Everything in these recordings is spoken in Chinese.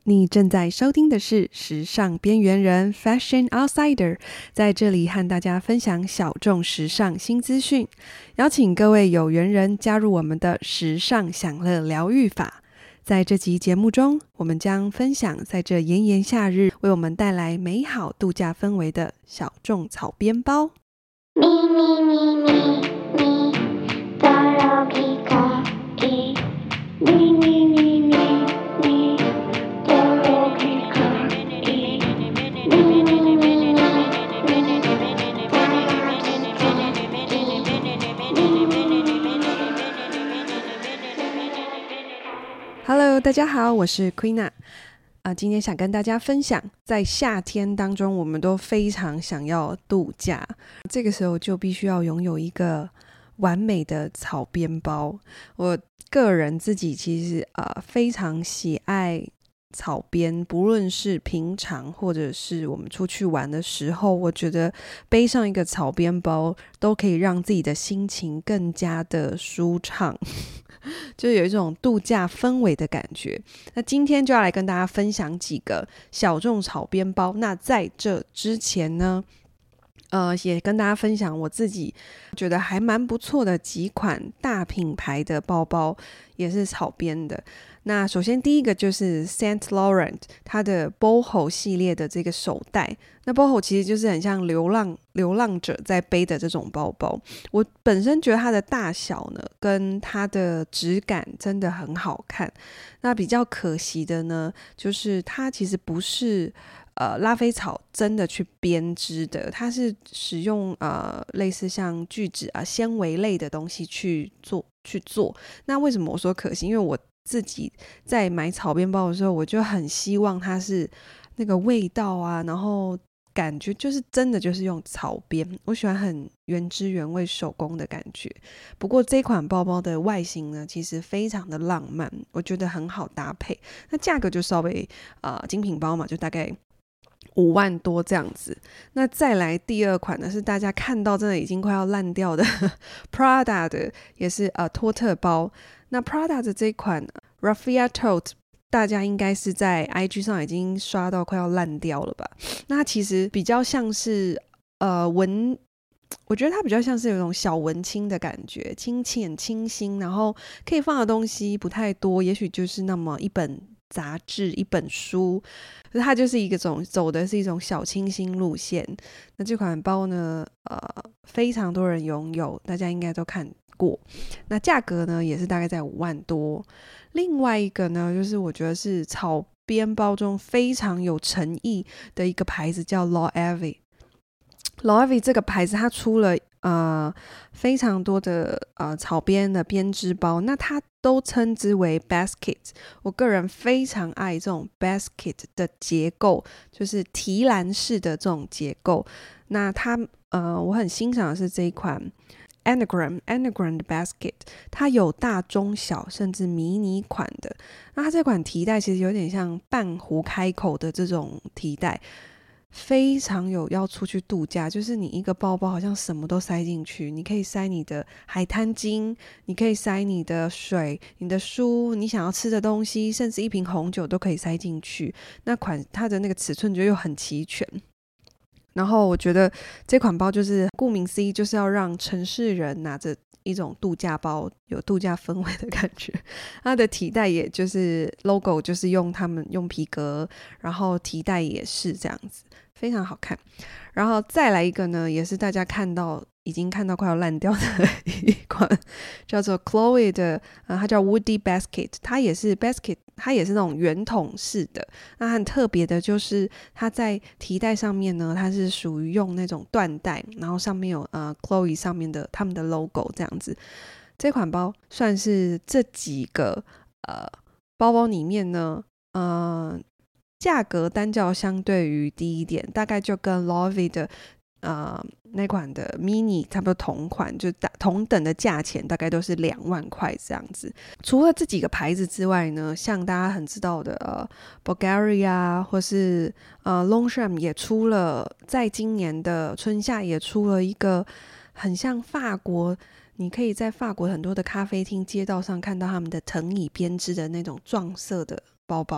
你正在收听的是时尚边缘人 Fashion Outsider， 在这里和大家分享小众时尚新资讯，邀请各位有缘人加入我们的时尚享乐疗愈法。在这集节目中，我们将分享在这炎炎夏日为我们带来美好度假氛围的小众草编包。Hello， 大家好，我是 Queena。今天想跟大家分享，在夏天当中，我们都非常想要度假，这个时候就必须要拥有一个完美的草编包。我个人自己其实非常喜爱草编，不论是平常或者是我们出去玩的时候，我觉得背上一个草编包都可以让自己的心情更加的舒畅。就有一种度假氛围的感觉。那今天就要来跟大家分享几个小众草编包。那在这之前呢，也跟大家分享我自己觉得还蛮不错的几款大品牌的包包，也是草编的。那首先第一个就是 Saint Laurent 它的 Boho 系列的这个手袋。那 Boho 其实就是很像流浪者在背的这种包包。我本身觉得它的大小呢跟它的质感真的很好看。那比较可惜的呢，就是它其实不是拉菲草真的去编织的，它是使用类似像聚酯纤维类的东西去做。那为什么我说可惜？因为我自己在买草编包的时候，我就很希望它是那个味道然后感觉就是真的就是用草编，我喜欢很原汁原味手工的感觉。不过这款包包的外形呢，其实非常的浪漫，我觉得很好搭配。那价格就稍微精品包嘛，就大概5万多这样子。那再来第二款呢，是大家看到真的已经快要烂掉的Prada 的，也是托特包。那 Prada 的这款 Raffia Tote， 大家应该是在 IG 上已经刷到快要烂掉了吧。那它其实比较像是我觉得它比较像是有一种小文青的感觉，清浅清新，然后可以放的东西不太多，也许就是那么一本杂志一本书，它就是一个走的是一种小清新路线。那这款包呢非常多人拥有，大家应该都看过。那价格呢也是大概在5万多。另外一个呢，就是我觉得是草编包中非常有诚意的一个牌子，叫 Loewe。Loewe 这个牌子它出了非常多的草编的编织包，那它都称之为 basket。 我个人非常爱这种 basket 的结构，就是提篮式的这种结构。那它我很欣赏的是这一款 Anagram 的 basket， 它有大中小甚至迷你款的。那它这款提袋其实有点像半壶开口的这种提袋，非常有要出去度假，就是你一个包包好像什么都塞进去，你可以塞你的海滩巾，你可以塞你的水，你的书，你想要吃的东西，甚至一瓶红酒都可以塞进去。那它的那个尺寸就又很齐全。然后我觉得这款包就是顾名思义，就是要让城市人拿着一种度假包有度假氛围的感觉。它的提袋也就是 logo 就是他们用皮革，然后提袋也是这样子，非常好看。然后再来一个呢，也是大家已经看到快要烂掉的一款，叫做 Chloe 的它叫 Woody Basket。 它也是 basket， 它也是那种圆筒式的。那很特别的就是它在提袋上面呢，它是属于用那种缎带，然后上面有Chloe 上面的他们的 logo 这样子。这款包算是这几个包包里面呢价格单价相对于低一点，大概就跟 Loewe 的那款的 mini 差不多同款，就同等的价钱，大概都是2万块这样子。除了这几个牌子之外呢，像大家很知道的Bulgaria 或是Longchamp 也出了，在今年的春夏也出了一个很像法国，你可以在法国很多的咖啡厅街道上看到他们的藤椅编织的那种撞色的包包，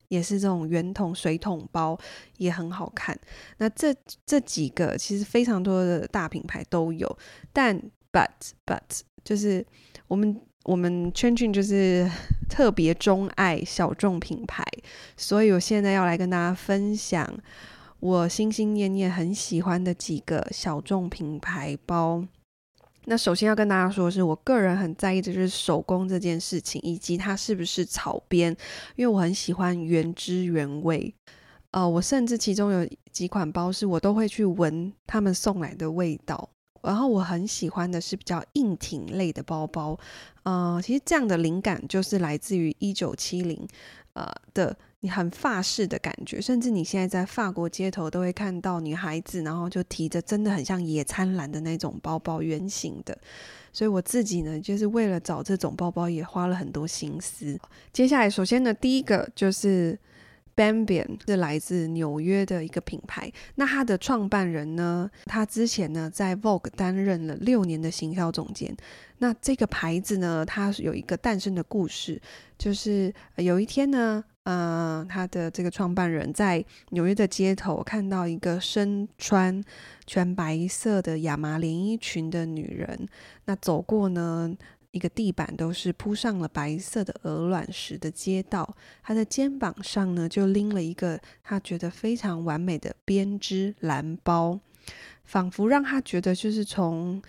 也是这种圆筒水桶包，也很好看。那这几个其实非常多的大品牌都有，但 but 就是我们圈圈就是特别钟爱小众品牌，所以我现在要来跟大家分享我心心念念很喜欢的几个小众品牌包。那首先要跟大家说的是，我个人很在意的就是手工这件事情，以及它是不是草编，因为我很喜欢原汁原味。我甚至其中有几款包是我都会去闻他们送来的味道。然后我很喜欢的是比较硬挺类的包包，其实这样的灵感就是来自于1970的你很法式的感觉，甚至你现在在法国街头都会看到女孩子然后就提着真的很像野餐篮的那种包包，圆形的。所以我自己呢就是为了找这种包包也花了很多心思。接下来首先呢第一个就是Bambian 是来自纽约的一个品牌，那他的创办人呢，他之前呢在 Vogue 担任了6年的行销总监。那这个牌子呢，它有一个诞生的故事，就是有一天呢，他的这个创办人在纽约的街头看到一个身穿全白色的亚麻连衣裙的女人，那走过呢一个地板都是铺上了白色的鹅卵石的街道，他的肩膀上呢就拎了一个他觉得非常完美的编织蓝包，仿佛让他觉得就是从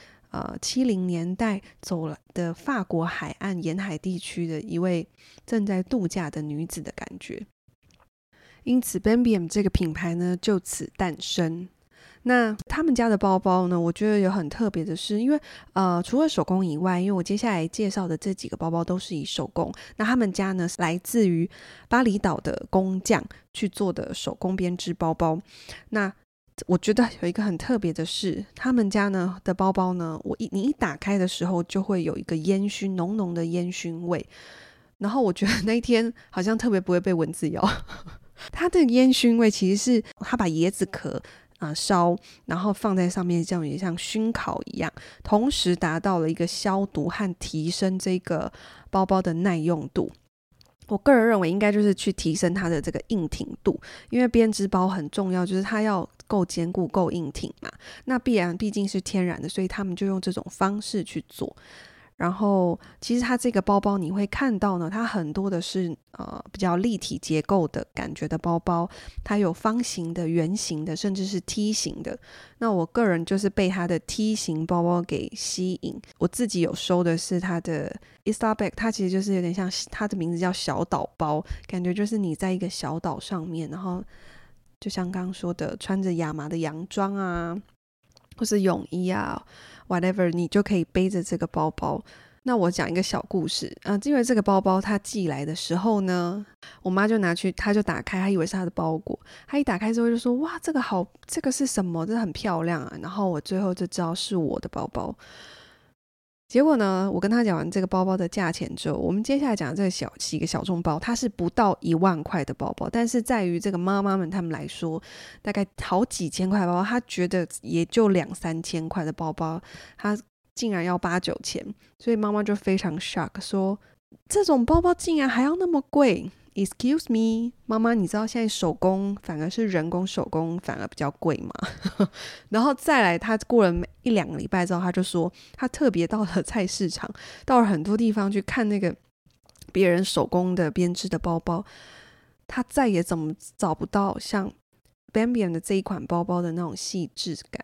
70年代走了的法国海岸沿海地区的一位正在度假的女子的感觉。因此 Bambian 这个品牌呢就此诞生。那他们家的包包呢，我觉得有很特别的是，因为除了手工以外，因为我接下来介绍的这几个包包都是以手工，那他们家呢来自于巴厘岛的工匠去做的手工编织包包。那我觉得有一个很特别的是，他们家呢的包包呢，你一打开的时候就会有一个烟熏，浓浓的烟熏味。然后我觉得那一天好像特别不会被蚊子咬。它的烟熏味其实是它把椰子壳烧，然后放在上面，这样也像熏烤一样，同时达到了一个消毒和提升这个包包的耐用度。我个人认为应该就是去提升它的这个硬挺度，因为编织包很重要，就是它要够坚固够硬挺嘛，那毕竟是天然的，所以他们就用这种方式去做。然后其实它这个包包你会看到呢，它很多的是比较立体结构的感觉的包包，它有方形的、圆形的，甚至是梯形的。那我个人就是被它的梯形包包给吸引。我自己有收的是它的 Easter Bag， 它其实就是有点像它的名字叫小岛包，感觉就是你在一个小岛上面，然后就像刚刚说的穿着亚麻的洋装啊或是泳衣啊 whatever， 你就可以背着这个包包。那我讲一个小故事因为这个包包它寄来的时候呢，我妈就拿去，她就打开，她以为是她的包裹，她一打开之后就说哇这个好，这个是什么，这很漂亮啊。然后我最后就知道是我的包包。结果呢，我跟他讲完这个包包的价钱之后，我们接下来讲这个几个小众包，它是不到1万块的包包，但是在于这个妈妈们他们来说，大概好几千块的包包，他觉得也就2-3千块的包包，他竟然要8-9千，所以妈妈就非常 shock， 说这种包包竟然还要那么贵。Excuse me， 妈妈，你知道现在手工反而是人工手工反而比较贵吗？然后再来，他过了1-2个礼拜之后，他就说他特别到了菜市场，到了很多地方去看那个别人手工的编织的包包，他再也找不到像 Bambian 的这一款包包的那种细致感。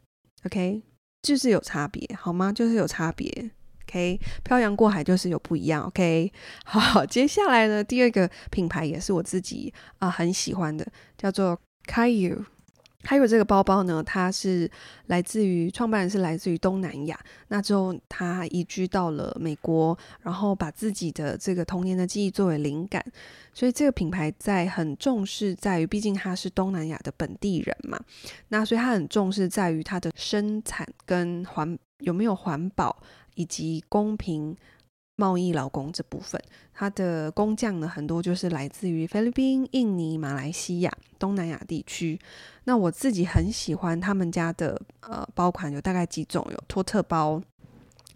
OK， 就是有差别好吗？就是有差别。OK， 漂洋过海就是有不一样。 OK， 好，接下来呢第二个品牌也是我自己很喜欢的，叫做 Caillou。这个包包呢，它是创办人是来自于东南亚，那之后他移居到了美国，然后把自己的这个童年的记忆作为灵感，所以这个品牌很重视在于，毕竟他是东南亚的本地人嘛，那所以他很重视在于他的生产跟有没有环保以及公平贸易劳工这部分。他的工匠呢很多就是来自于菲律宾、印尼、马来西亚、东南亚地区。那我自己很喜欢他们家的包款，有大概几种，有托特包，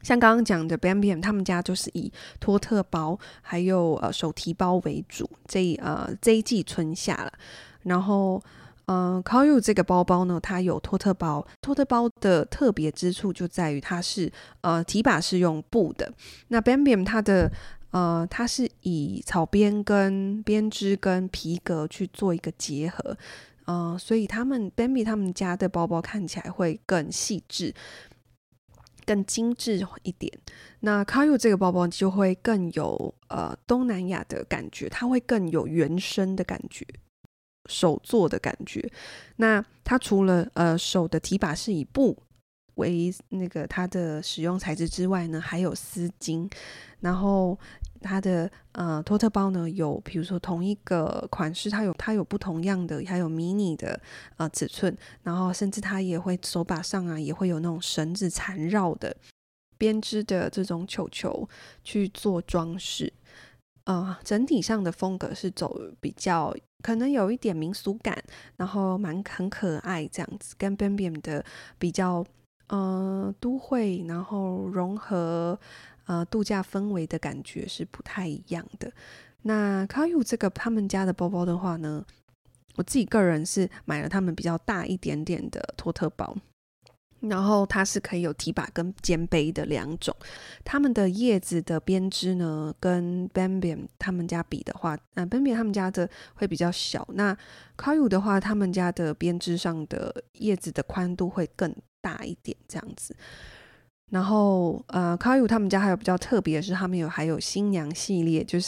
像刚刚讲的 Bam Bam 他们家就是以托特包还有手提包为主，这一季春夏了。然后Caillou 这个包包呢，它有托特包，托特包的特别之处就在于它是提把是用布的。那 Bam Bam 它是以草编跟编织跟皮革去做一个结合，所以Bam Bam 他们家的包包看起来会更细致更精致一点。那 Caillou 这个包包就会更有东南亚的感觉，它会更有原生的感觉，手做的感觉。那它除了手的提把是以布为那个它的使用材质之外呢，还有丝巾。然后它的托特包呢，有比如说同一个款式，它有不同样的，还有迷你的尺寸，然后甚至它也会手把上啊也会有那种绳子缠绕的编织的这种球球去做装饰。整体上的风格是走比较可能有一点民俗感，然后很可爱这样子，跟 Bam Bam 的比较都会然后融合度假氛围的感觉是不太一样的。那 Caillou 这个他们家的包包的话呢，我自己个人是买了他们比较大一点点的托特包，然后它是可以有提把跟肩背的两种。他们的叶子的编织呢，跟 Bam Bam 他们家比的话，Bam Bam 他们家的会比较小，那 Caillou 的话，他们家的编织上的叶子的宽度会更大一点这样子。然后Caillou 他们家还有比较特别的是，他们还有新娘系列，就是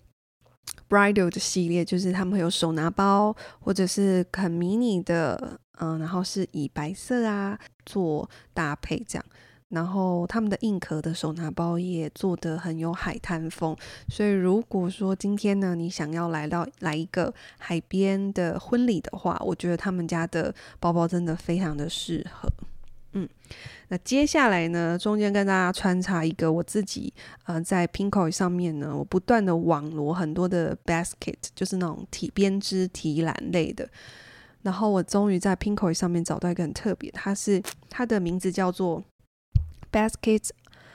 bridal 的系列，就是他们会有手拿包或者是很迷你的然后是以白色做搭配这样。然后他们的硬壳的手拿包也做得很有海滩风，所以如果说今天呢你想要来一个海边的婚礼的话，我觉得他们家的包包真的非常的适合。那接下来呢，中间跟大家穿插一个我自己在 Pinkoi 上面呢，我不断的网罗很多的 basket， 就是那种编织提篮类的。然后我终于在 Pinkoi 上面找到一个很特别，它的名字叫做 Basket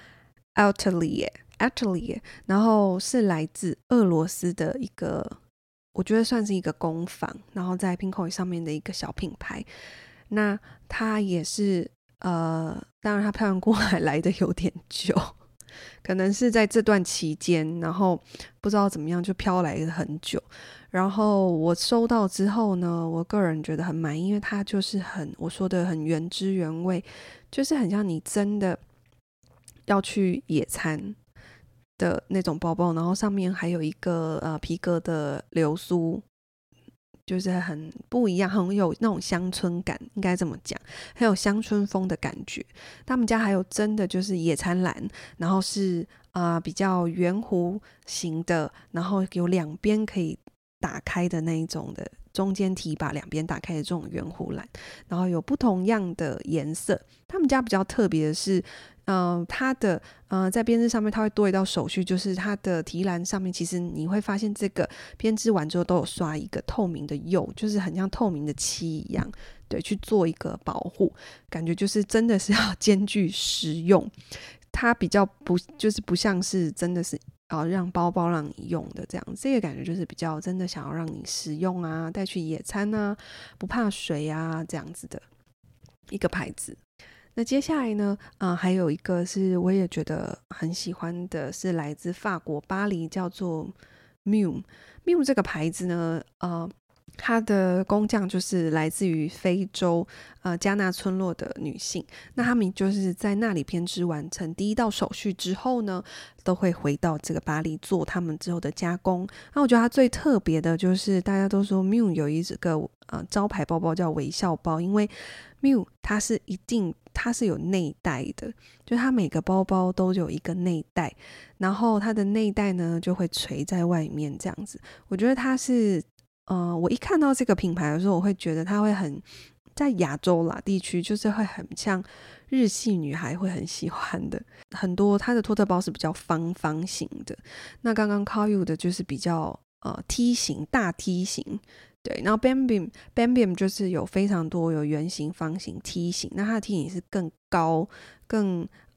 Atelier， 然后是来自俄罗斯的一个，我觉得算是一个工坊，然后在 Pinkoi 上面的一个小品牌。那它也是当然它漂洋过海来的有点久，可能是在这段期间，然后不知道怎么样就飘来了很久。然后我收到之后呢，我个人觉得很满意，因为它就是我说的很原汁原味，就是很像你真的要去野餐的那种包包，然后上面还有一个皮革的流苏，就是很不一样，很有那种乡村感，应该这么讲，很有乡村风的感觉。他们家还有真的就是野餐篮，然后是比较圆弧形的，然后有两边可以打开的那一种的，中间提把两边打开的这种圆弧篮，然后有不同样的颜色。他们家比较特别的是它的在编织上面它会多一道手续，就是它的提篮上面其实你会发现这个编织完之后都有刷一个透明的釉，就是很像透明的漆一样，对，去做一个保护，感觉就是真的是要兼具实用。它比较不像是真的是让包包让你用的这样，这个感觉就是比较真的想要让你实用带去野餐不怕水这样子的一个牌子。那接下来呢还有一个是我也觉得很喜欢的，是来自法国巴黎，叫做 Miu 这个牌子呢它的工匠就是来自于非洲加纳村落的女性，那他们就是在那里编织完成第一道手续之后呢，都会回到这个巴黎做他们之后的加工。那我觉得它最特别的就是大家都说 Miu 有一个招牌包包叫微笑包，因为 Miu 它是有内袋的，就它每个包包都有一个内袋，然后它的内袋呢就会垂在外面这样子。我觉得它是我一看到这个品牌的时候，我会觉得它会很在亚洲地区，就是会很像日系女孩会很喜欢的。很多它的托特包是比较方形的，那刚刚 Caillou 的就是比较梯形，大梯形。对，然后 Bam Bam 就是有非常多有圆形、方形、梯形，那它的梯形是更高、更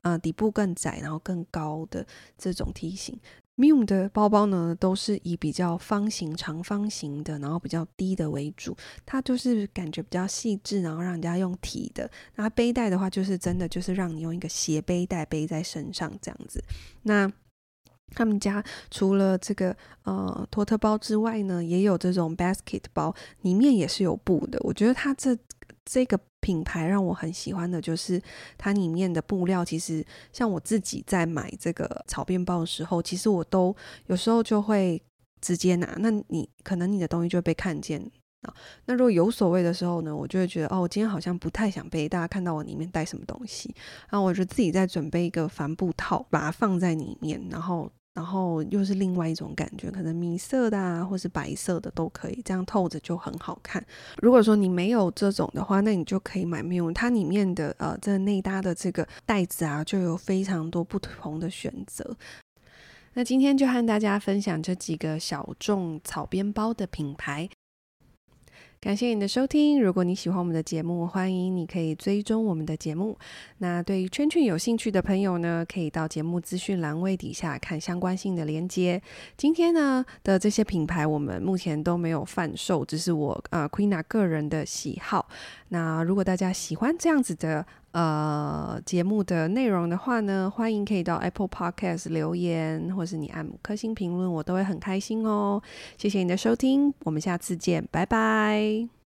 底部更窄然后更高的这种梯形。Mium 的包包呢都是以比较方形长方形的然后比较低的为主，它就是感觉比较细致，然后让人家用提的。那背带的话就是真的就是让你用一个斜背带背在身上这样子。那他们家除了这个托特包之外呢，也有这种 basket 包，里面也是有布的。我觉得它这个品牌让我很喜欢的就是它里面的布料，其实像我自己在买这个草编包的时候，其实我都有时候就会直接拿，那可能你的东西就会被看见。那如果有所谓的时候呢，我就会觉得我今天好像不太想被大家看到我里面带什么东西，然后我就自己再准备一个帆布套，把它放在里面，然后又是另外一种感觉，可能米色的或是白色的都可以，这样透着就很好看。如果说你没有这种的话，那你就可以买Mium，它里面的这内搭的这个袋子就有非常多不同的选择。那今天就和大家分享这几个小众草编包的品牌。感谢你的收听，如果你喜欢我们的节目，欢迎你可以追踪我们的节目。那对于圈圈有兴趣的朋友呢，可以到节目资讯栏位底下看相关性的连结。今天呢的这些品牌我们目前都没有贩售，只是我Queena 个人的喜好。那如果大家喜欢这样子的节目的内容的话呢，欢迎可以到 Apple Podcast 留言，或是你按5颗星评论，我都会很开心哦。谢谢你的收听，我们下次见，拜拜。